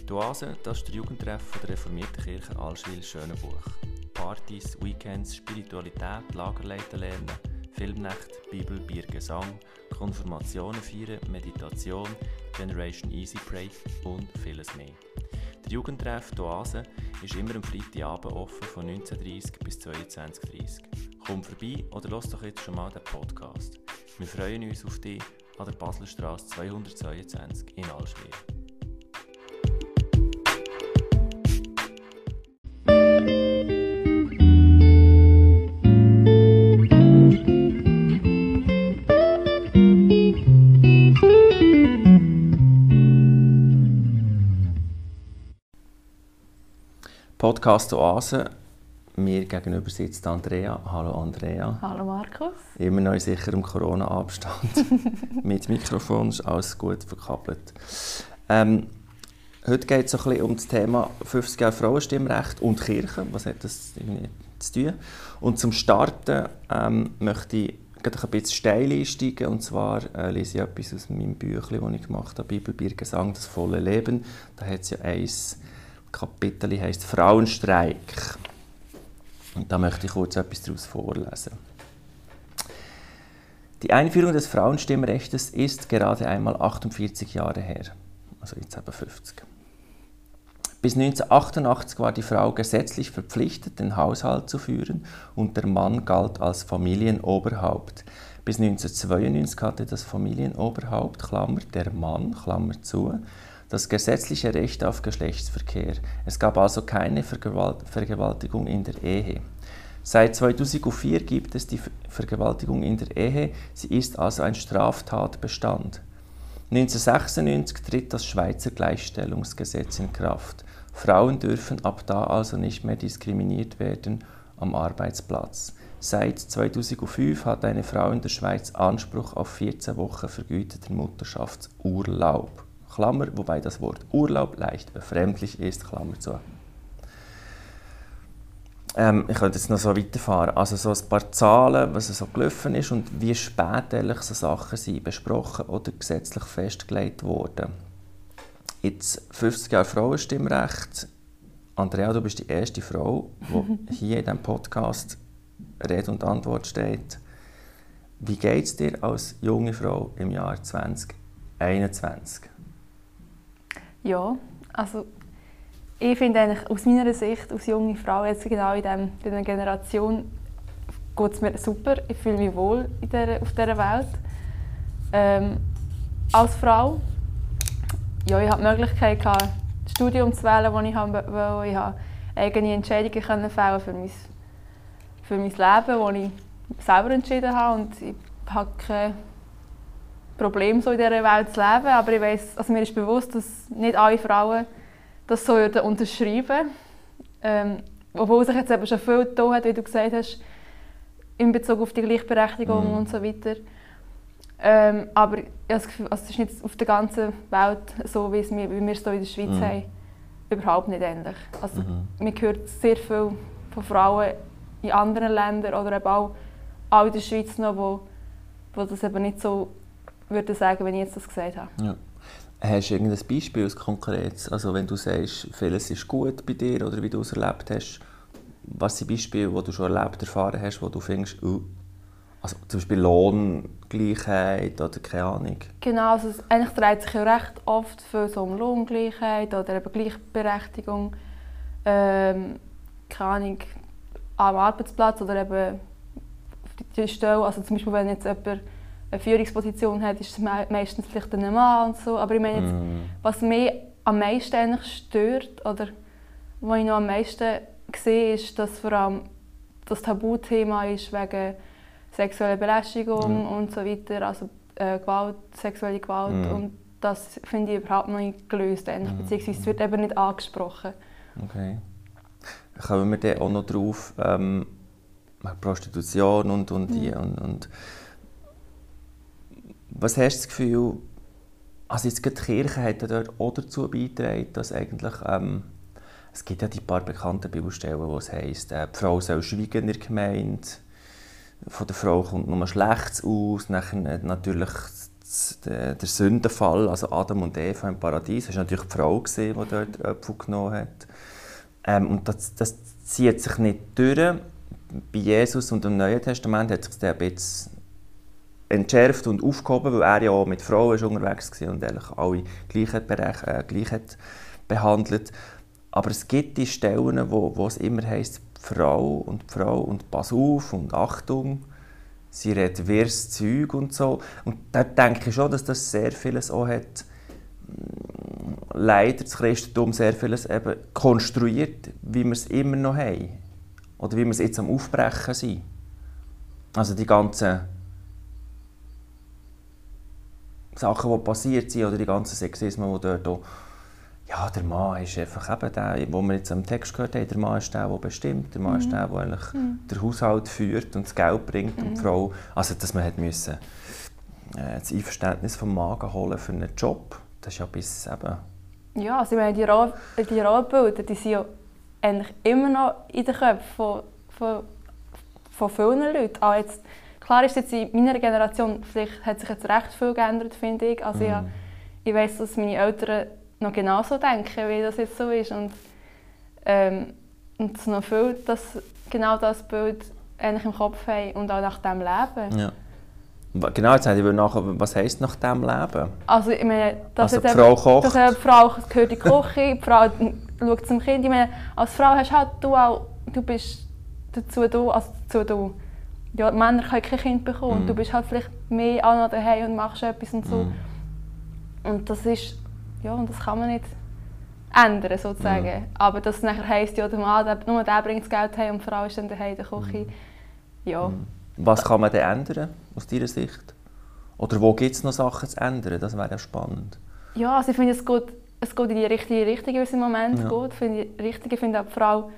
Die Oase, das ist der Jugendtreff der reformierten Kirche Allschwil-Schönenbuch. Partys, Weekends, Spiritualität, Lagerleiten lernen, Filmnacht, Bibel, Bier, Gesang, Konfirmationen feiern, Meditation, Generation Easy Pray und vieles mehr. Der Jugendtreff die Oase ist immer am Freitagabend offen von 19:30 bis 22:30. Komm vorbei oder lass doch jetzt schon mal den Podcast. Wir freuen uns auf dich an der Baslerstrasse 222 in Allschwil. Podcast Oase. Mir gegenüber sitzt Andrea. Hallo Andrea. Hallo Markus. Immer noch in sicherem Corona-Abstand. Mit Mikrofon ist alles gut verkabelt. Heute geht es ein bisschen um das Thema 50 Jahre Frauenstimmrecht und Kirche. Was hat das zu tun? Und zum Starten möchte ich ein bisschen steil einsteigen. Und zwar lese ich etwas aus meinem Büchlein, das ich gemacht habe, Bibel, Bier, Gesang, das volle Leben. Da hat es ja ein Kapitel, heisst Frauenstreik. Und da möchte ich kurz etwas daraus vorlesen. Die Einführung des Frauenstimmrechts ist gerade einmal 48 Jahre her. Also jetzt eben 50. Bis 1988 war die Frau gesetzlich verpflichtet, den Haushalt zu führen und der Mann galt als Familienoberhaupt. Bis 1992 hatte das Familienoberhaupt, Klammer, der Mann, Klammer zu, das gesetzliche Recht auf Geschlechtsverkehr. Es gab also keine Vergewaltigung in der Ehe. Seit 2004 gibt es die Vergewaltigung in der Ehe. Sie ist also ein Straftatbestand. 1996 tritt das Schweizer Gleichstellungsgesetz in Kraft. Frauen dürfen ab da also nicht mehr diskriminiert werden am Arbeitsplatz. Seit 2005 hat eine Frau in der Schweiz Anspruch auf 14 Wochen vergüteten Mutterschaftsurlaub. Klammer, wobei das Wort Urlaub leicht befremdlich ist, Klammer zu. Ich könnte jetzt noch so weiterfahren. Also so ein paar Zahlen, was so gelaufen ist und wie spät so Sachen sind besprochen oder gesetzlich festgelegt wurden. Jetzt 50 Jahre Frauenstimmrecht. Andrea, du bist die erste Frau, die hier in diesem Podcast Rede und Antwort steht. Wie geht es dir als junge Frau im Jahr 2021? Ja, also ich finde eigentlich aus meiner Sicht, als junge Frau, jetzt genau in dieser Generation, geht es mir super. Ich fühle mich wohl auf dieser Welt. Als Frau, ja, ich hatte die Möglichkeit, das Studium zu wählen, das ich wollte. Ich konnte eigene Entscheidungen fällen für mein Leben, das ich selber entschieden habe. Und ich habe kein Problem, so in dieser Welt zu leben. Aber ich weiss, also mir ist bewusst, dass nicht alle Frauen das so unterschreiben. Obwohl sich jetzt eben schon viel getan hat, wie du gesagt hast, in Bezug auf die Gleichberechtigung und so weiter. Aber ich habe das Gefühl, also es ist nicht auf der ganzen Welt so, wie wir es hier in der Schweiz haben, überhaupt nicht ähnlich. Also, man hört sehr viel von Frauen in anderen Ländern oder eben auch in der Schweiz noch, wo das eben nicht so würde sagen, wenn ich jetzt das gesagt habe. Ja. Hast du irgendein Beispiel, ein konkretes? Also wenn du sagst, vieles ist gut bei dir oder wie du es erlebt hast, was sind Beispiele, die du schon erlebt, erfahren hast, wo du findest, also zum Beispiel Lohngleichheit oder keine Ahnung? Genau, also eigentlich dreht sich ja recht oft viel so um Lohngleichheit oder eben Gleichberechtigung, keine Ahnung, am Arbeitsplatz oder eben auf die Stelle, also zum Beispiel wenn jetzt jemand eine Führungsposition hat, ist es meistens vielleicht ein Mann und so. Aber ich meine jetzt, was mich am meisten eigentlich stört oder was ich noch am meisten sehe, ist, dass vor allem das Tabuthema ist wegen sexueller Belästigung und so weiter, also Gewalt, sexuelle Gewalt. Und das finde ich überhaupt noch nicht gelöst, beziehungsweise es wird eben nicht angesprochen. Okay. Kommen wir dann auch noch drauf, Prostitution und was hast du das Gefühl, also jetzt die Kirche hat ja dort auch dazu beigetragen, dass eigentlich, es gibt ja die paar bekannten Bibelstellen, wo es heisst, die Frau soll schweigen in der Gemeinde, von der Frau kommt nur Schlechtes aus, nachher natürlich der Sündenfall, also Adam und Eva im Paradies. Das war natürlich die Frau, die dort den Apfel genommen hat. Und das zieht sich nicht durch. Bei Jesus und im Neuen Testament hat sich das ein bisschen entschärft und aufgehoben, weil er ja auch mit Frauen unterwegs war und eigentlich alle gleich hat behandelt. Aber es gibt die Stellen, wo es immer heisst, Frau und pass auf und Achtung. Sie redet wirres Zeug und so. Und da denke ich schon, dass das sehr vieles auch hat, leider das Christentum sehr vieles eben konstruiert, wie wir es immer noch haben. Oder wie wir es jetzt am Aufbrechen sind. Also die ganzen Sachen, die passiert sind, oder die ganzen Sexismen, die dort auch, ja, der Mann ist einfach eben der, wo wir jetzt am Text gehört haben, der Mann ist der, der bestimmt, der Mann ist der, der eigentlich den Haushalt führt und das Geld bringt und die Frau, also dass man hat müssen, das Einverständnis vom Mann holen für einen Job, das ist ja bis eben... Ja, also ich meine, die Rollenbilder, die sind ja eigentlich immer noch in den Köpfen von vielen Leuten. Auch jetzt, klar ist jetzt in meiner Generation, vielleicht hat sich jetzt recht viel geändert, finde ich. Also ich weiss, dass meine Eltern noch genauso denken, wie das jetzt so ist. Und es noch viel, dass genau das Bild eigentlich im Kopf haben und auch nach dem leben. Ja. Genau, jetzt habe ich nachher, was heisst nach dem Leben? Also ich meine, dass also die Frau kocht. Dass die Frau gehört in die Küche, die Frau schaut zum Kind. Ich meine, als Frau hast halt du bist dazu da, ja, Männer können kein Kind bekommen. Du bist halt vielleicht mehr auch noch daheim und machst etwas und so. Und das ist, ja, und das kann man nicht ändern, sozusagen. Aber das nachher heisst, ja, der Mann, nur der bringt das Geld heim und die Frau ist dann daheim in der Küche. Ja. Was kann man denn ändern, aus deiner Sicht? Oder wo gibt es noch Sachen zu ändern? Das wäre ja spannend. Ja, also ich finde, es geht in die richtige Richtung, wie es im Moment geht. Ich finde auch, die Frau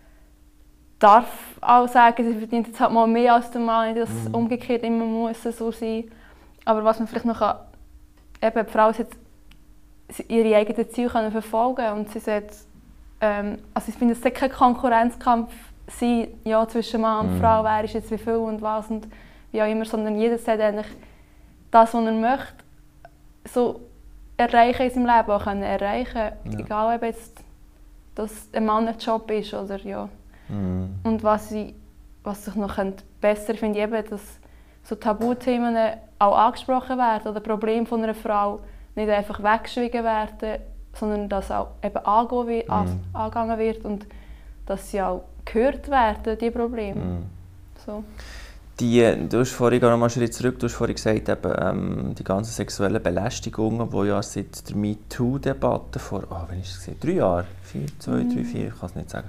darf auch sagen, sie verdient jetzt halt mal mehr als der Mann, nicht, dass es umgekehrt immer muss so sein. Aber was man vielleicht noch kann, eben, die Frau sollte ihre eigenen Ziele verfolgen und sie sollte, also ich finde, es sollte kein Konkurrenzkampf sein, ja, zwischen Mann und Frau, wer ist jetzt wie viel und was und wie auch immer, sondern jeder sollte eigentlich das, was er möchte, so erreichen in seinem Leben auch können erreichen, egal ob jetzt das ein Mann ein Job ist oder ja. Und was sich noch besser finde ich eben, dass so Tabuthemen auch angesprochen werden oder Probleme von einer Frau nicht einfach weggeschwiegen werden, sondern dass auch eben angegangen wird und dass sie auch gehört werden, die Probleme. So. Du hast vorhin noch mal einen Schritt zurück, du hast vorhin gesagt, eben, die ganzen sexuellen Belästigungen, die ja seit der MeToo-Debatte vor, wann ist es 3 Jahre? 2, 3, 4, ich kann es nicht sagen.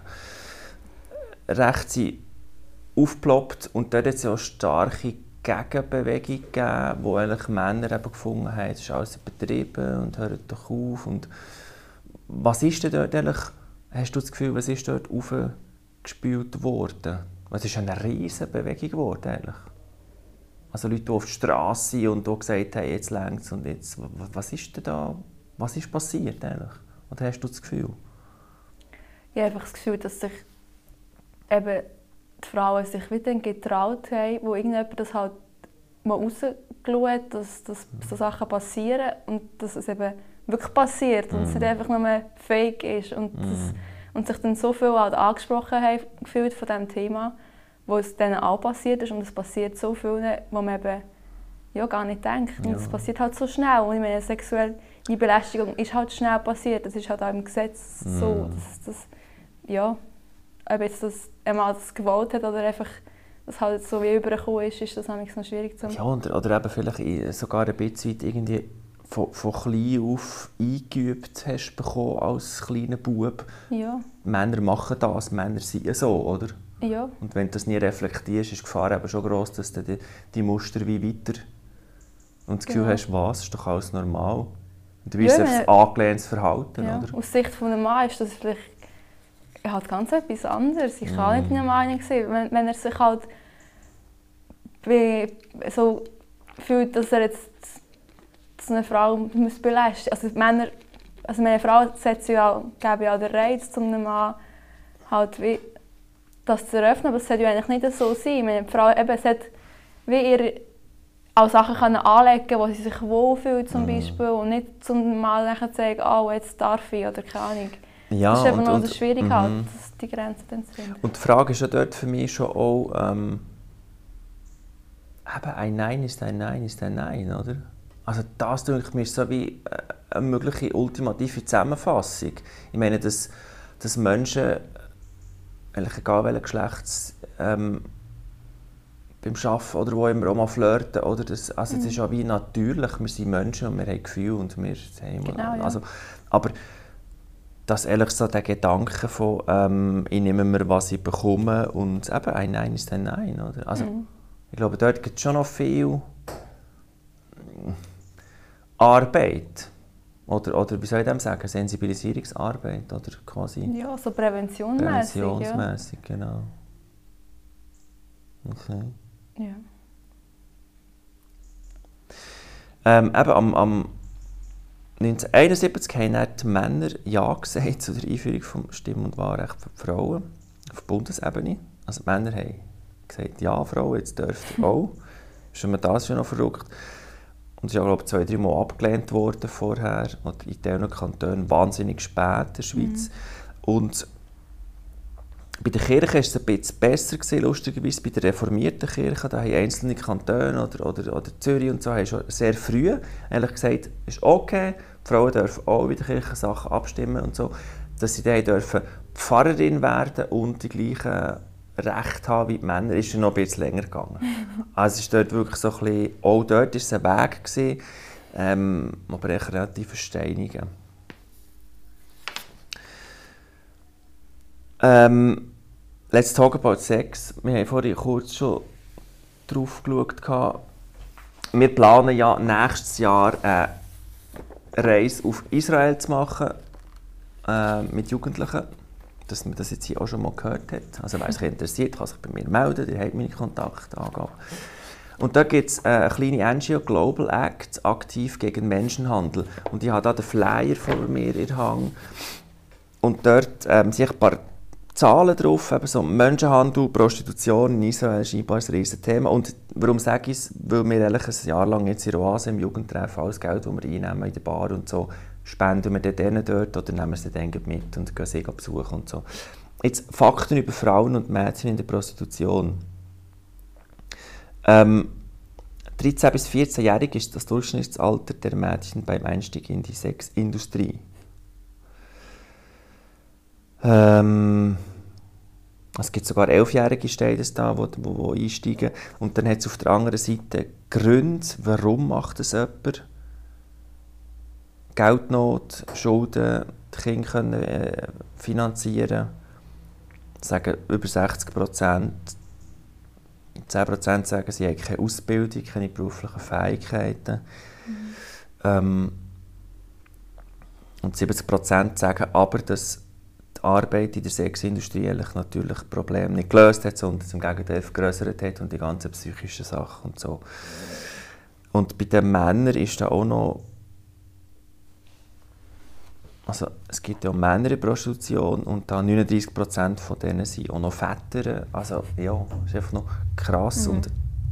Recht sind aufgeploppt und dort hat es ja auch starke Gegenbewegung gegeben, wo eigentlich Männer eben gefunden haben, es ist alles übertrieben und hört doch auf. Und was ist denn dort eigentlich, hast du das Gefühl, was ist dort aufgespült worden? Es ist eine riesige Bewegung geworden eigentlich. Also Leute, die auf der Straße sind und die gesagt haben, jetzt längst und jetzt, was ist denn da, was ist passiert eigentlich? Oder hast du das Gefühl? Ich habe einfach das Gefühl, dass sich eben die Frauen sich wieder getraut haben, wo irgendjemand das halt mal rausgeschaut, dass so Sachen passieren und dass es eben wirklich passiert und es nicht einfach nur fake ist und sich dann so viel halt angesprochen haben gefühlt von diesem Thema, wo es denen auch passiert ist und es passiert so vielen, wo man eben ja, gar nicht denkt. Und es passiert halt so schnell und ich meine, sexuelle Belästigung ist halt schnell passiert, das ist halt auch im Gesetz so, dass ja, ob jetzt das einmal das gewollt hat oder einfach das halt so wie übergekommen ist das noch schwierig zu machen. Ja, oder eben vielleicht sogar ein bisschen irgendwie von klein auf eingeübt hast bekommen als kleiner Bub. Ja. Männer machen das, Männer sind so, oder? Ja. Und wenn du das nie reflektierst, ist die Gefahr eben schon gross, dass du die Muster wie weiter und das Gefühl hast, was, ist doch alles normal. Und du weißt, es ist angelehntes Verhalten, oder? Aus Sicht von einem Mann ist das vielleicht halt ganz etwas anderes. Ich kann nicht eine Meinung sein, wenn er sich halt so fühlt, dass er jetzt eine Frau belästigen muss. Also meine Frau gebe ja auch den Reiz, um einem Mann halt wie das zu eröffnen, aber es sollte ja eigentlich nicht so sein. Meine Frau eben, sollte wie auch Sachen können anlegen, wo sie sich wohlfühlen zum Beispiel und nicht zum mal nachher sagen, oh, jetzt darf ich oder keine Ahnung. Ja, das ist einfach noch das Schwierige, halt, die Grenzen dann zu finden. Und die Frage ist ja dort für mich schon auch, eben ein Nein ist ein Nein ist ein Nein, oder? Also das, denke ich mir, ist so wie eine mögliche ultimative Zusammenfassung. Ich meine, dass Menschen, eigentlich egal welchen Geschlechts, beim Arbeiten oder wo immer auch mal flirten, oder das ist ja wie natürlich, wir sind Menschen und wir haben Gefühle und wir haben... Genau, ja. Also, aber dass ehrlich so der Gedanke von ich nehme mir, was ich bekomme und eben ein Nein ist ein Nein, oder? Also, ich glaube, dort gibt es schon noch viel Arbeit. Oder wie soll ich dem sagen? Sensibilisierungsarbeit oder quasi... Ja, so präventionsmässig. Präventionsmässig, ja. Genau. Okay. Ja. Eben am 1971 haben dann die Männer Ja gesagt zu der Einführung des Stimm- und Wahlrechts für die Frauen auf Bundesebene. Also die Männer haben gesagt, ja, Frauen, jetzt dürft ihr auch. Ist mir das schon noch verrückt. Und es ist ja, glaube ich, 2-3 Mal abgelehnt worden vorher. Oder in diesen Kantonen wahnsinnig spät in der Schweiz. Und bei der Kirche war es ein bisschen besser gewesen, lustigerweise. Bei der reformierten Kirche, da haben einzelne Kantone oder Zürich und so haben schon sehr früh eigentlich gesagt, ist okay, die Frauen dürfen auch bei der Kirche Sachen abstimmen und so, dass sie dann dürfen Pfarrerin werden und die gleichen Rechte haben wie die Männer, ist noch ein bisschen länger gegangen. Also es ist dort wirklich so ein bisschen, auch dort war es ein Weg gewesen, aber echt relativ versteinigen. Let's talk about Sex. Wir haben vorhin kurz schon drauf geschaut. Wir planen ja nächstes Jahr eine Reise auf Israel zu machen mit Jugendlichen. Dass man das jetzt hier auch schon mal gehört hat. Also wer sich interessiert, kann sich bei mir melden. Ihr habt meine Kontaktangaben. Und da gibt es eine kleine NGO, Global Act, aktiv gegen Menschenhandel. Und ich habe hier den Flyer vor mir in der Hand. Und dort sind ein paar Zahlen drauf, eben so Menschenhandel, Prostitution in Israel scheinbar ein riesiges Thema. Und warum sage ich es? Weil wir eigentlich ein Jahr lang jetzt in der Oase im Jugendtreff alles Geld, das wir einnehmen in der Bar und so, spenden wir denen dort oder nehmen wir sie dann mit und gehen sie besuchen und so. Jetzt Fakten über Frauen und Mädchen in der Prostitution. 13- bis 14-jährig ist das Durchschnittsalter der Mädchen beim Einstieg in die Sexindustrie. Es gibt sogar 11-Jährige, steht es da, die einsteigen. Und dann hat es auf der anderen Seite Gründe, warum macht es jemand? Geldnot, Schulden, die Kinder können finanzieren. Sagen über 60%. 10% sagen, sie haben keine Ausbildung, keine beruflichen Fähigkeiten. Und 70% sagen aber, dass die Arbeit in der Sexindustrie natürlich Probleme nicht gelöst hat, sondern im Gegenteil vergrößert hat und die ganzen psychischen Sachen und so. Und bei den Männern ist da auch noch, also es gibt ja auch Männer in Prostitution und da 39% von denen sind auch noch Väter. Also ja, das ist einfach noch krass. Und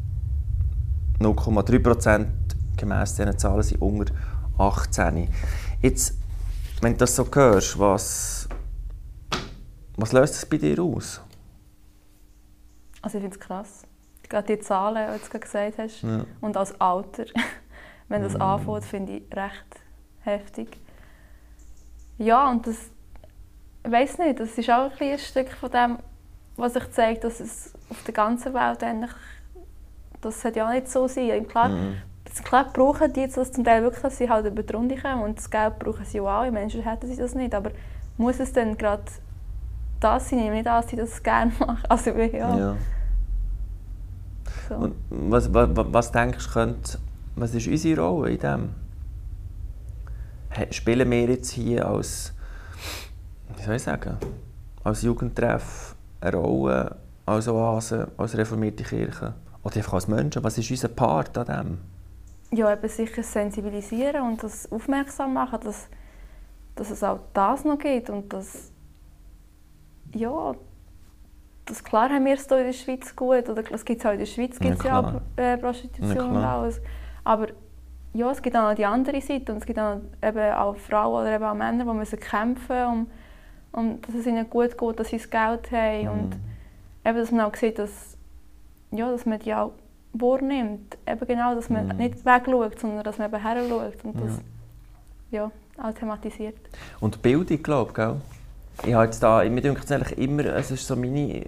0,3% gemäss diesen Zahlen sind unter 18. Jetzt, wenn du das so hörst, was löst das bei dir aus? Also ich finde es krass. Gerade die Zahlen, die du gerade gesagt hast, und als Alter, wenn das anfängt, finde ich recht heftig. Ja, und das, ich weiss nicht, das ist auch ein Stück von dem, was sich zeigt, dass es auf der ganzen Welt eigentlich, das sollte ja nicht so sein. Klar, brauchen die das zum Teil wirklich, dass sie halt über die Runde kommen und das Geld brauchen sie auch alle, Menschen hätten sie das nicht, aber muss es dann gerade das sein? Ich nehme nicht an, dass sie das gerne machen. Also, ja. So. Und was denkst du, was ist unsere Rolle in dem? Spielen wir jetzt hier als, wie soll ich sagen, als Jugendtreff eine Rolle, als Oase, als reformierte Kirche? Oder einfach als Menschen? Was ist unser Part an dem? Ja, eben sicher sensibilisieren und das aufmerksam machen, dass es auch das noch gibt und dass dass klar haben wir es hier in der Schweiz gut, oder es gibt es auch in der Schweiz gibt's ja auch Prostitution und alles. Aber ja, es gibt auch noch die andere Seite und es gibt auch, eben auch Frauen oder eben auch Männer, die müssen kämpfen, dass es ihnen gut geht, dass sie das Geld haben und eben, dass man auch sieht, dass man die auch wahrnimmt. Eben genau, dass man nicht wegschaut, sondern dass man eben her schaut und das auch thematisiert. Und Bildung, glaube ich, gell? Ich habe jetzt da, mir denke es immer, es ist so meine,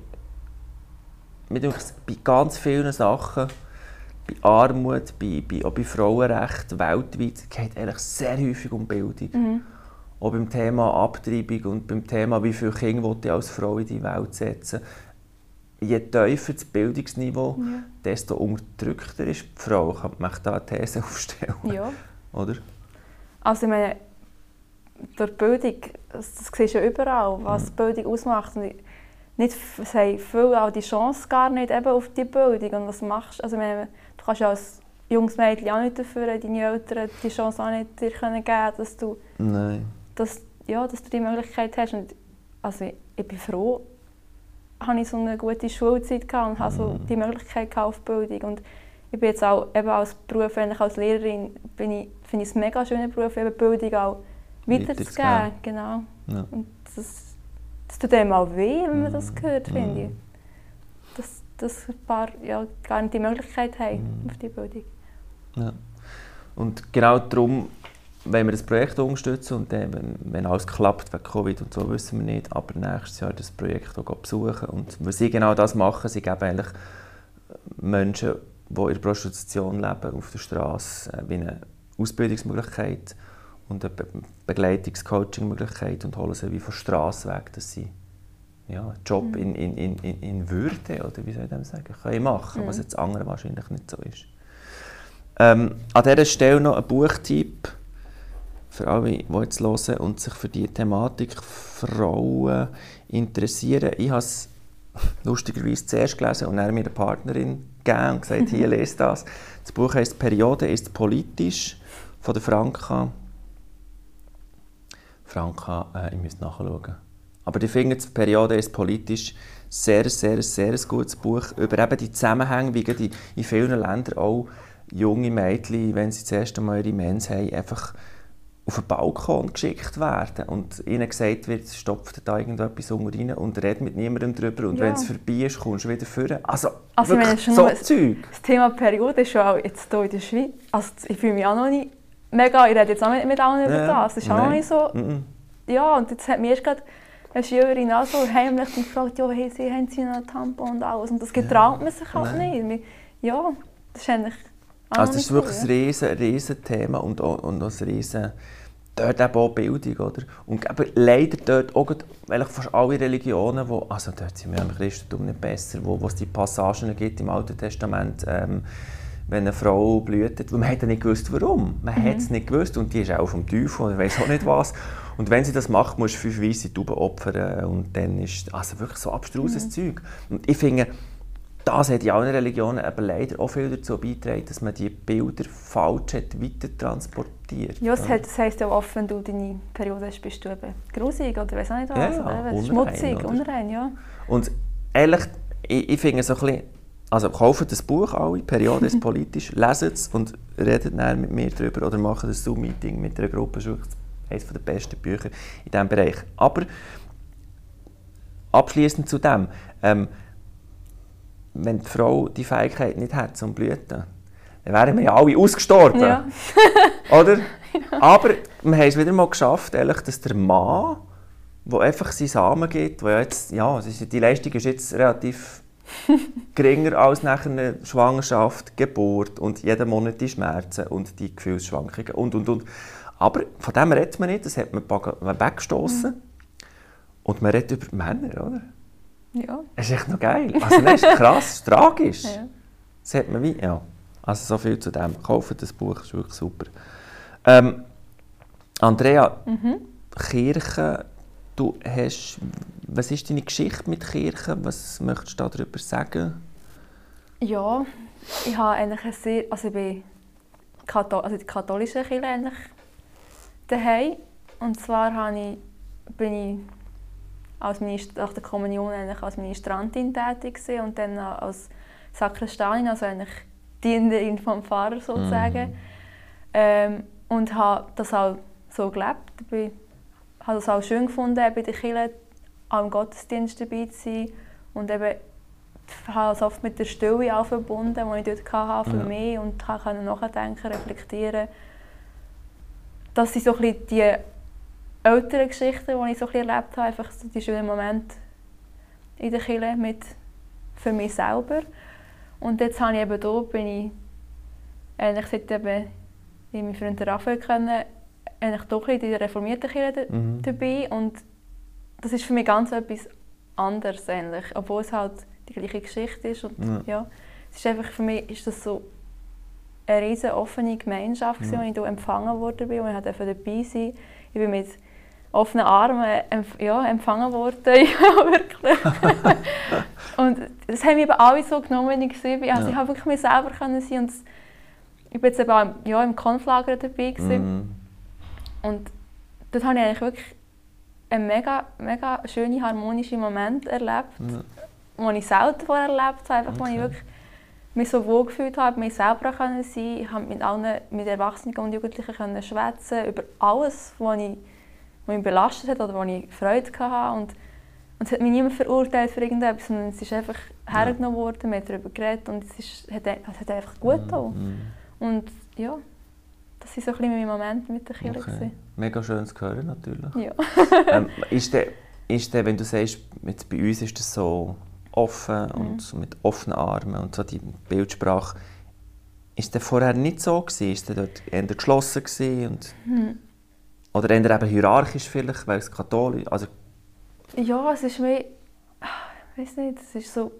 mir denke es bei ganz vielen Sachen, bei Armut, auch bei Frauenrechten weltweit, geht es eigentlich sehr häufig um Bildung. Auch beim Thema Abtreibung und beim Thema, wie viele Kinder will ich als Frau in die Welt setzen. Je tiefer das Bildungsniveau, desto unterdrückter ist die Frau. Kann man da eine These aufstellen? Ja. Oder? Also ich meine, durch Bildung, das siehst du ja überall, was Bildung ausmacht. Und nicht, es haben viele auch die Chance gar nicht eben auf die Bildung. Und was machst du? Also ich meine, du kannst ja als junges Mädchen auch nicht dafür, deine Eltern die Chance auch nicht dir geben können, dass du, dass du die Möglichkeit hast. Und also ich bin froh, habe ich so eine gute Schulzeit gehabt und habe so die Möglichkeit auf Bildung. Und ich bin jetzt auch eben als Beruf, als Lehrerin, finde ich es ein mega schöner Beruf, eben Bildung auch weiterzugeben. Genau. Ja. Und das tut einem auch weh, wenn man das hört, finde ich. Dass ein paar gar nicht die Möglichkeit haben auf die Bildung. Ja. Und genau darum, wenn wir das Projekt unterstützen und dann, wenn alles klappt, wegen Covid und so, wissen wir nicht, aber nächstes Jahr das Projekt auch besuchen. Und weil sie genau das machen, sie geben eigentlich Menschen, die in der Prostitution leben, auf der Straße, wie eine Ausbildungsmöglichkeit und eine Begleitungs-Coaching-Möglichkeit und holen sie wie von der Straße weg, dass sie einen Job in Würde, oder wie soll ich das sagen, können machen, was jetzt andere wahrscheinlich nicht so ist. An dieser Stelle noch ein Buchtipp für alle, die jetzt hören und sich für die Thematik Frauen interessieren. Ich habe es lustigerweise zuerst gelesen und dann mir eine Partnerin gegeben und gesagt, hier, lese das. Das Buch heisst «Periode ist politisch» von der Franka. Ich müsste nachschauen. Aber ich finde, die Periode ist politisch sehr gutes Buch über eben die Zusammenhänge, wie in vielen Ländern auch junge Mädchen, wenn sie das erste Mal ihre Mens haben, einfach auf den Balkon geschickt werden und ihnen gesagt wird, stopft da irgendetwas unter rein und redet mit niemandem darüber und wenn es vorbei ist, kommst du wieder vor. Also wirklich so Zeug. Das Thema Periode ist ja auch jetzt hier in der Schweiz, also ich fühle mich auch noch nicht mega, ich rede jetzt auch nicht mit allen über das, das ist auch noch nicht so. Ja, und jetzt hat mir erst gerade eine Schülerin auch so heimlich gefragt, ja, hey, haben sie noch einen Tampon und alles und das getraut man sich halt nicht. Ja, das ist eigentlich also das ist wirklich ein riesen Thema und ein riesen, dort eben auch Bildung, oder? Und aber leider dort auch fast alle Religionen, also dort sind wir im Christentum nicht besser, wo es die Passagen gibt im Alten Testament, wenn eine Frau blühtet, weil man hat ja nicht gewusst, warum. Man hat es nicht gewusst und die ist auch vom Teufel und weiss auch nicht was. Und wenn sie das macht, muss sie 5 weisse Tauben opfern und dann ist also wirklich so abstruses Zeug. Und ich finde, das hat in allen Religionen aber leider auch viel dazu beigetragen, dass man die Bilder falsch hat weitertransportiert. Ja, das heisst ja oft, wenn du deine Periode hast, bist du eben grusig oder weiss auch nicht was. Ja, schmutzig, unrein, ja. Und ehrlich, ich finde so ein bisschen, also kauft das Buch alle, Periode ist politisch, leset es und redet dann mit mir darüber oder macht ein Zoom-Meeting mit einer Gruppe, das ist eines der besten Bücher in diesem Bereich. Aber abschliessend zu dem, wenn die Frau die Fähigkeit nicht hat zum Blüten, dann wären wir ja alle ausgestorben. Ja. Oder? Ja. Aber wir haben es wieder mal geschafft, ehrlich, dass der Mann, der einfach seinen Samen gibt, die Leistung ist jetzt relativ geringer als nach einer Schwangerschaft, Geburt und jeden Monat die Schmerzen und die Gefühlsschwankungen und. Aber von dem redet man nicht, das hat man weggestoßen. Und man redet über Männer, oder? Ja. Das ist echt noch geil. Also das ist krass, tragisch. Ja. Das hat man Also so viel zu dem. Kauft das Buch, das ist wirklich super. Andrea, Kirche, was ist deine Geschichte mit Kirche? Was möchtest du darüber sagen? Ja, ich habe eigentlich ich bin die katholische Kirche eigentlich daheim. Und zwar bin ich nach der Kommunion eigentlich als Ministrantin tätig gewesen und dann als Sakrastanin, also eigentlich Dienerin vom Pfarrer sozusagen. Und habe das auch so gelebt. Ich habe es auch schön gefunden, bei der Kirche auch im Gottesdienst dabei zu sein. Und eben, ich habe es oft mit der Stille auch verbunden, die ich dort hatte für mich und konnte nachdenken, reflektieren. Das sind so ein bisschen die älteren Geschichten, die ich so ein bisschen erlebt habe, einfach so die schönen Momente in der Kirche für mich selber. Und jetzt habe ich eben hier, bin ich eigentlich seit eben meinem Freund Raphael eigentlich doch in der reformierten Kirche dabei. Und das ist für mich ganz etwas anderes eigentlich, obwohl es halt die gleiche Geschichte ist. Und, es ist einfach, für mich ist das so eine riesen offene Gemeinschaft, wo ich hier empfangen worden bin, wo ich dabei sein durfte. Ich bin mit offenen Armen empfangen worden, ja, wirklich. Und das haben mich eben alle so genommen, wenn ich war. Also ich habe wirklich mich selber sein und ich war jetzt eben auch im Konflager dabei. Und dort habe ich eigentlich wirklich einen mega, mega schönen, harmonischen Moment erlebt, den ich selten vorher erlebt habe, einfach, wo ich wirklich mich so wohl gefühlt habe, mich selber sein. Ich konnte mit Erwachsenen und Jugendlichen schwätzen über alles, was mich belastet hat oder wo ich Freude hatte. Und es hat mich niemand verurteilt für irgendetwas, sondern es ist einfach hergenommen worden, wir haben darüber geredet und es hat einfach gut getan. Und ja, das waren so ein bisschen meine Momente mit der Kirche. Okay. Mega schön zu hören, natürlich. Ja. Ist der, wenn du sagst, jetzt bei uns ist das so offen und so mit offenen Armen und so die Bildsprache, ist der vorher nicht so gewesen? Ist der dort eher geschlossen gewesen und oder eher eben hierarchisch vielleicht, weil es katholisch, also ja, es ist mehr, ich weiß nicht, es ist so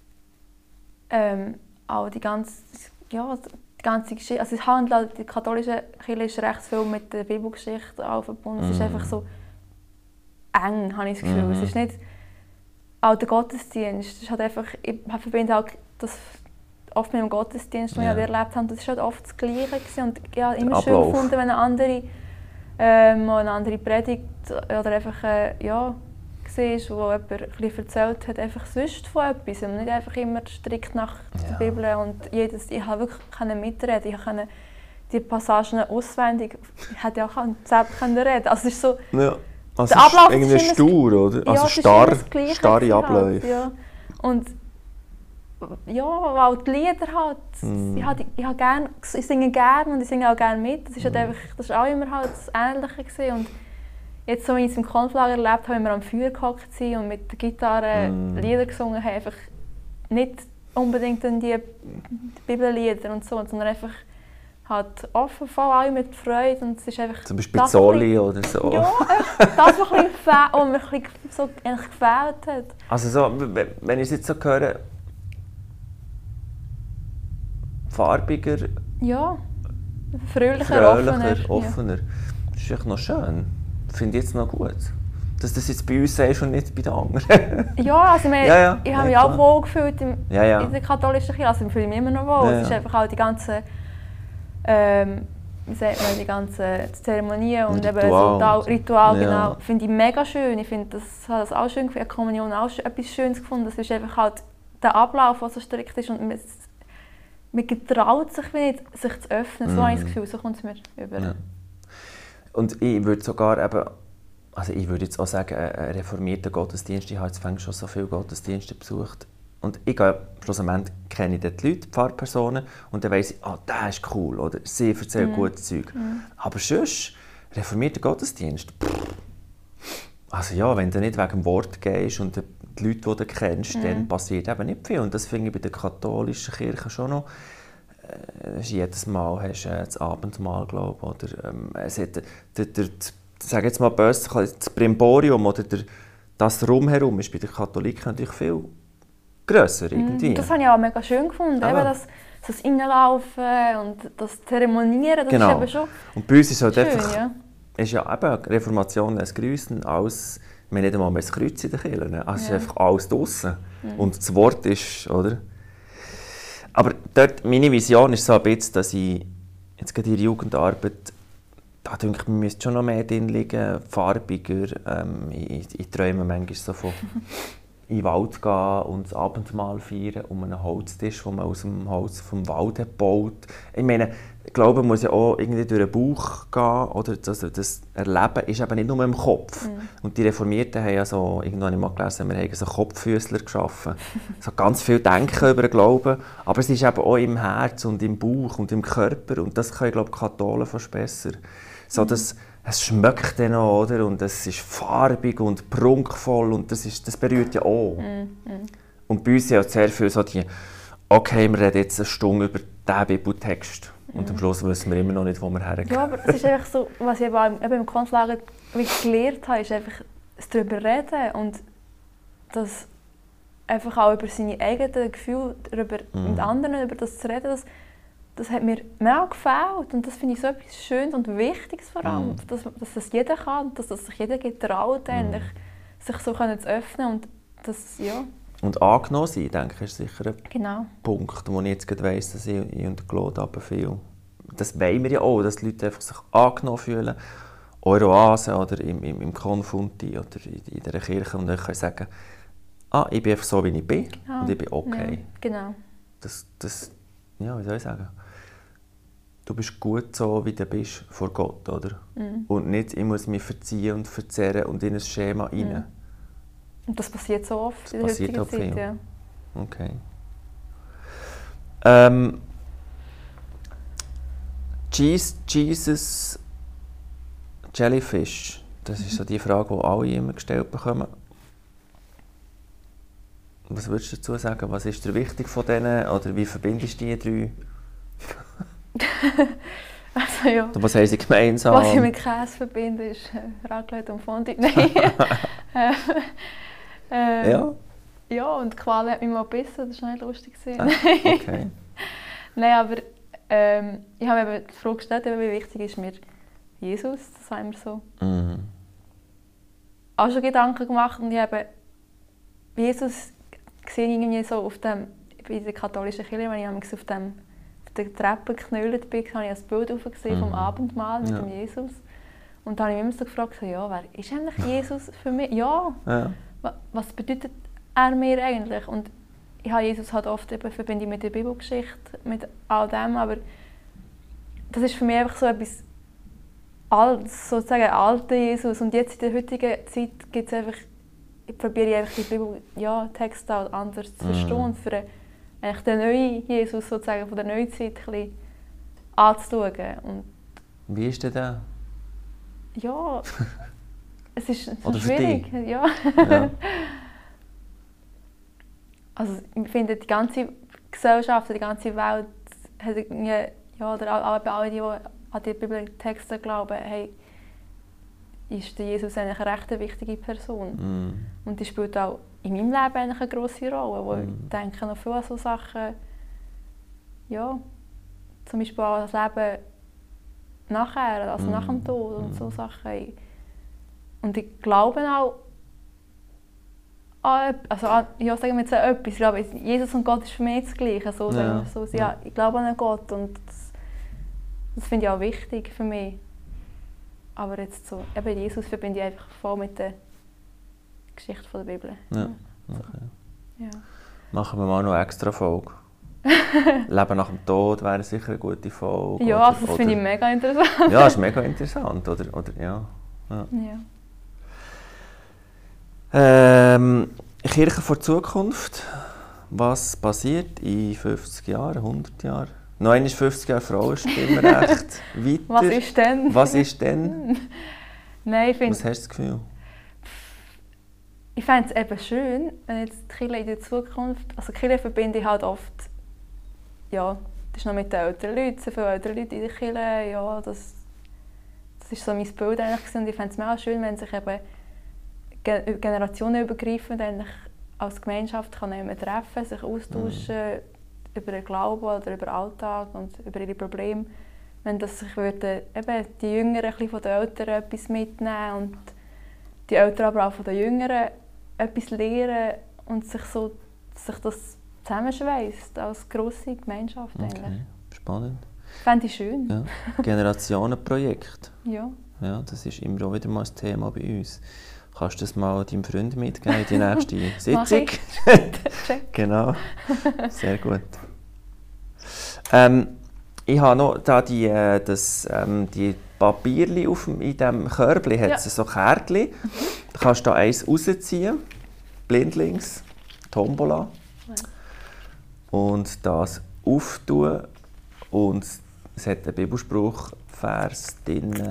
auch die ganze Geschichte, also es handelt, die katholische Kirche ist recht viel mit der Bibelgeschichte auch verbunden. Es ist einfach so eng, habe ich das Gefühl. Es ist nicht auch der Gottesdienst. Es ist halt einfach, ich verbinde halt das oft mit dem Gottesdienst, den wir erlebt haben. Das war halt oft das Gleiche gewesen. Und ich habe immer schön gefunden, wenn eine andere Predigt oder einfach war, wo jemand etwas erzählt hat, einfach sonst von etwas. Und nicht einfach immer strikt nach der Bibel. Und ich konnte wirklich mitreden. Ich konnte die Passagen auswendig. Ich hätte auch selber reden. Also es ist so, also der Ablauf ist irgendwie stur, oder? Also starre Abläufe. Ja. Und ja, auch die Lieder halt. Ich singe gerne und ich singe auch gerne mit. Das war auch immer halt das Ähnliche gewesen. Und jetzt, so wie ich es im Konflager erlebt habe, wenn wir am Feuer gehockt sind und mit der Gitarre Lieder gesungen haben, einfach nicht unbedingt die Bibellieder und so, sondern einfach halt offen, voll alle mit Freude. Und es ist einfach zum Beispiel Zolli oder so. Ja, das, was mir so gefällt hat. Also so, wenn ich es jetzt so höre, farbiger, fröhlicher, offener. Ja. Das ist echt noch schön. Finde ich jetzt noch gut. Dass das jetzt bei uns sagst und nicht bei den anderen. Ja, also ich habe mich auch wohl gefühlt in der katholischen Kirche. Also ich fühle mich immer noch wohl. Es ist einfach auch die ganzen die ganzen Zeremonien und Ritual, genau. Finde ich mega schön. Ich finde, das hat auch schön gefunden. Kommunion auch etwas Schönes gefunden. Das ist einfach halt der Ablauf, der so strikt ist und man getraut sich nicht, sich zu öffnen. So habe ich das Gefühl, so kommt es mir über. Ja. Und ich würde sogar eben, also ich würde jetzt auch sagen, ein reformierter Gottesdienst, ich habe jetzt schon so viele Gottesdienste besucht. Und ich gehe, schlussendlich kenne ich die Leute, die Pfarrpersonen, und dann weiss ich, der ist cool, oder sie erzählt gutes Zeug. Aber sonst, reformierter Gottesdienst, also ja, wenn du nicht wegen dem Wort gehst und die Leute, die du kennst, dann passiert eben nicht viel. Und das finde ich bei der katholischen Kirche schon noch. Jedes Mal hast du das Abendmahl, glaube ich, oder es hat sag jetzt mal böse, das Brimborium oder das Rumherum ist bei den Katholiken natürlich viel grösser irgendwie. Das habe ich auch mega schön gefunden, eben das Reinlaufen und das Zeremonieren, das ist eben schon und bei uns ist halt schön, einfach, ist ja eben Reformation, das Grüßen, alles, wir haben nicht einmal mehr das Kreuz in der Kirche, also es ist einfach alles draussen. Und das Wort ist, oder? Aber dort, meine Vision ist so ein bisschen, dass ich jetzt gerade in der Jugendarbeit da denke ich, man müsste schon noch mehr drin liegen, farbiger. Ich träume manchmal so von in den Wald gehen und das Abendmahl feiern um einen Holztisch, den man aus dem Holz vom Wald hat gebaut. Ich meine, Glaube muss ja auch irgendwie durch den Bauch gehen, oder? Das Erleben ist eben nicht nur im Kopf. Und die Reformierten haben ja so, irgendwann habe ich mal gelesen, wir haben so Kopffüßler geschaffen. So ganz viel Denken über den Glauben, aber es ist eben auch im Herz und im Bauch und im Körper und das können, glaube ich, Katholen fast besser. So, es schmeckt dann auch, oder? Und es ist farbig und prunkvoll und das berührt ja auch. Und bei uns sind ja sehr viel so die, okay, wir reden jetzt eine Stunde über diesen Bibeltext. Und am Schluss wissen wir immer noch nicht, wo wir hergehen. Ja, aber es ist einfach so, was ich eben im Konflager gelernt habe, ist einfach das darüber reden und das einfach auch über seine eigenen Gefühle, mit anderen über das zu reden, das hat mir mega gefällt und das finde ich so etwas Schönes und Wichtiges vor allem, dass das jeder kann, dass das sich jeder getraut, sich so zu öffnen und das, ja. Und angenommen sein, denke ich, ist sicher ein Punkt, wo ich jetzt gerade weiss, dass ich unter Glauben viel. Das wollen wir ja auch, dass die Leute einfach sich angenommen fühlen, Oase oder im Konfunti oder in dieser Kirche und dann können sagen, ich bin einfach so, wie ich bin und ich bin okay. Ja, genau. Ja, wie soll ich sagen? Du bist gut so, wie du bist vor Gott, oder? Und nicht, ich muss mich verziehen und verzerren und in ein Schema rein. Und das passiert so oft in der heutigen Zeit, ja. Okay. Jesus Jellyfish, das ist so die Frage, die alle immer gestellt bekommen. Was würdest du dazu sagen? Was ist dir wichtig von denen? Oder wie verbindest du die drei? Also, ja. Was haben sie gemeinsam? Was ich mit Käse verbinde, ist Raclette und Fondue. Nein. Ja? Ja, und die Qual hat mich mal gebissen, das war nicht lustig. Okay. Nein, aber ich habe mir die Frage gestellt, wie wichtig ist mir Jesus, das haben wir so. Auch schon Gedanken gemacht und ich habe Jesus gesehen irgendwie so auf dem, bei der katholischen Kirche, wenn ich auf der Treppe geknüllt bin, habe ich ein Bild gesehen vom Abendmahl mit dem Jesus. Und dann habe ich mich immer so gefragt, ja, wer ist eigentlich Jesus für mich? Ja. Was bedeutet er mir eigentlich? Und ich habe Jesus halt oft verbinde mit der Bibelgeschichte, mit all dem, aber das ist für mich einfach so etwas sozusagen alter Jesus. Und jetzt in der heutigen Zeit gibt es einfach, ich probiere einfach die Bibeltexte anders zu verstehen und für eigentlich den neuen Jesus sozusagen von der Neuzeit ein bisschen anzuschauen. Und wie ist denn der? Ja, es ist schwierig. Ja. Also ich finde, die ganze Gesellschaft, die ganze Welt hat oder alle, die an die Bibeltexte glauben, hey, ist der Jesus eigentlich eine recht wichtige Person. Und die spielt auch in meinem Leben eigentlich eine grosse Rolle, wo ich denke noch viel an so Sachen, ja, zum Beispiel auch das Leben nachher, also nach dem Tod und so Sachen. Und ich glaube auch sagen wir jetzt etwas, ich glaube, Jesus und Gott ist für mich das Gleiche, ich glaube an Gott und das finde ich auch wichtig für mich. Aber jetzt so, eben Jesus verbinde ich einfach voll mit der Geschichte der Bibel. Ja, okay. Ja. Machen wir mal noch eine extra Folge. Leben nach dem Tod wäre sicher eine gute Folge. Ja, das finde ich mega interessant. Ja, das ist mega interessant, oder ja. Kirche vor Zukunft. Was passiert in 50 Jahren, 100 Jahren? Noch einmal 50 Jahre Frauenstimmrecht. Weiter. Was ist denn? Was ist denn? Nein, ich finde... Was hast du das Gefühl? Ich fände es eben schön, wenn jetzt die Kirche in der Zukunft... Also die Kirche verbinde ich halt oft... Ja, das ist noch mit den älteren Leuten, so viele ältere Leute in der Kirche. Ja, das ist so mein Bild eigentlich. Und ich fände es mega schön, wenn sich eben generationenübergreifend eigentlich als Gemeinschaft kann treffen, sich austauschen über den Glauben oder über den Alltag und über ihre Probleme. Wenn das sich würden, eben die Jüngeren ein bisschen von den Älteren etwas mitnehmen und die Eltern aber auch von den Jüngeren etwas lernen und sich das zusammenschweißt als grosse Gemeinschaft. Okay, spannend. Fände ich schön. Ja. Generationenprojekt. Ja. Ja, das ist immer auch wieder mal ein Thema bei uns. Kannst du das mal deinem Freund mitgeben in die nächste Sitzung? Check. Genau, sehr gut. Ich habe noch da die Papierchen in diesem Körbchen, hat es so Kärtchen. Da kannst du da eins rausziehen, blindlings, Tombola. Und das auftun. Und es hat einen Bibelspruch-Vers drin.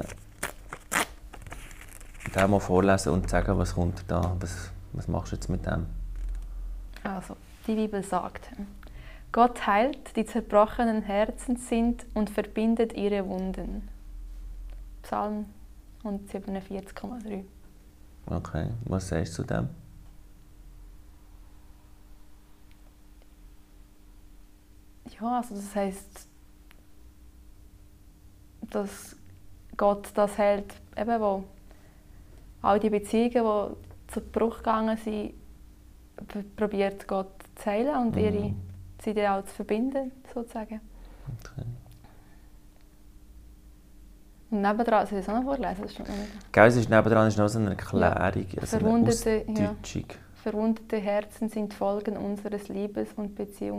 Den mal vorlesen und sagen, was kommt da, was machst du jetzt mit dem? Also, die Bibel sagt, Gott heilt, die zerbrochenen Herzen sind und verbindet ihre Wunden. Psalm 147,3. Okay, was sagst du zu dem? Ja, also das heisst, dass Gott das hält, eben wo all die Beziehungen, die zu Bruch gegangen sind, probiert Gott zu heilen und sie dann auch zu verbinden, sozusagen. Okay. Und nebendran, soll ich das auch noch vorlesen? Das ist noch nicht. Gell, es ist nebendran ist noch so eine Erklärung, also eine Ausdeutschung. Verwundete Herzen sind Folgen unserer Liebes- und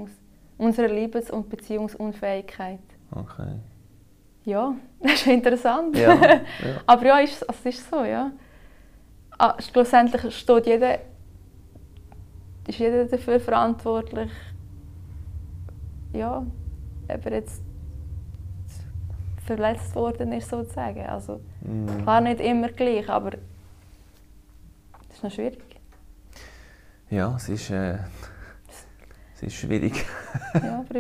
Beziehungsunfähigkeit. Okay. Ja, das ist interessant. Ja, ja. Aber ja, es ist so, ja. Schlussendlich ist jeder dafür verantwortlich, ja, ob er jetzt verletzt worden ist, sozusagen. Also, klar nicht immer gleich, aber es ist noch schwierig. Ja, es ist schwierig. Ja, aber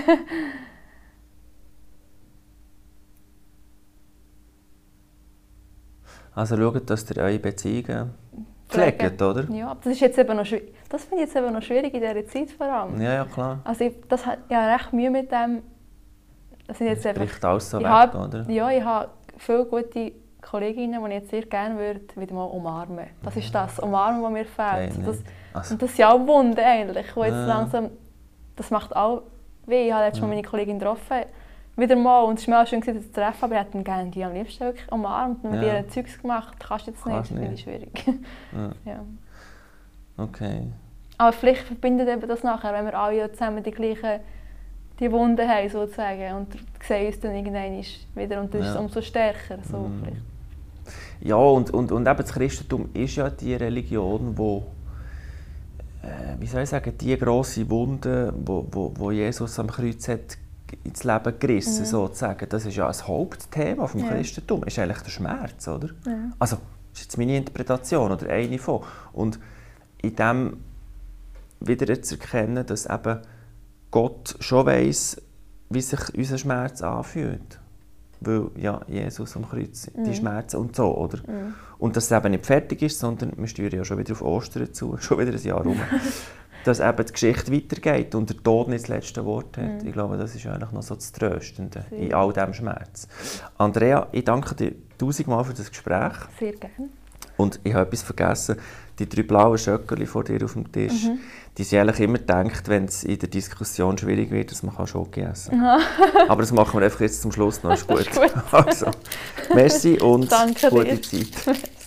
Also schaut, dass ihr eure Beziehungen pflegt, oder? Ja, aber das ist jetzt eben noch schwierig. Das finde ich jetzt eben noch schwierig in dieser Zeit vor allem. Ja, ja, klar. Also ich habe recht Mühe mit dem. Das sind jetzt Es bricht alles so weg, oder? Ja, ich habe viele gute Kolleginnen, die ich jetzt sehr gerne wieder mal umarmen. Das ist das Umarmen, das mir fehlt. Okay, Und das sind auch Wunden eigentlich, die jetzt langsam, das macht auch weh. Ich habe jetzt schon meine Kollegin getroffen, wieder mal, und es war mir auch schön, sie zu treffen, aber ich hätte gerne die am liebsten wirklich umarmt und mit ihr Zeugs gemacht. Kannst du jetzt nicht, das finde ich schwierig. Ja. Okay. Aber vielleicht verbindet eben das nachher, wenn wir alle zusammen die Wunden haben, sozusagen, und sehen uns dann irgendwann wieder, und das ist umso stärker. So vielleicht. Ja, und eben das Christentum ist ja die Religion, wo wie soll ich sagen, die grosse Wunde, wo Jesus am Kreuz hat ins Leben gerissen, sozusagen. Das ist ja ein Hauptthema vom Christentum, ist eigentlich der Schmerz, oder? Ja. Also, das ist jetzt meine Interpretation oder eine von. Und in dem wieder zu erkennen, dass eben Gott schon weiss, wie sich unser Schmerz anfühlt. Weil ja Jesus am Kreuz die Schmerzen und so, oder? Und dass es eben nicht fertig ist, sondern wir steuern ja schon wieder auf Ostern zu, schon wieder ein Jahr rum. Dass eben die Geschichte weitergeht und der Tod nicht das letzte Wort hat. Ich glaube, das ist eigentlich noch so das Tröstende in all diesem Schmerz. Andrea, ich danke dir 1000-mal für das Gespräch. Sehr gerne. Und ich habe etwas vergessen, die 3 blauen Schöckerli vor dir auf dem Tisch, die sind eigentlich immer gedacht, wenn es in der Diskussion schwierig wird, dass man Schoki essen kann. Aber das machen wir einfach jetzt zum Schluss noch, ist gut. Ist gut. Also, merci und danke gute dir. Zeit.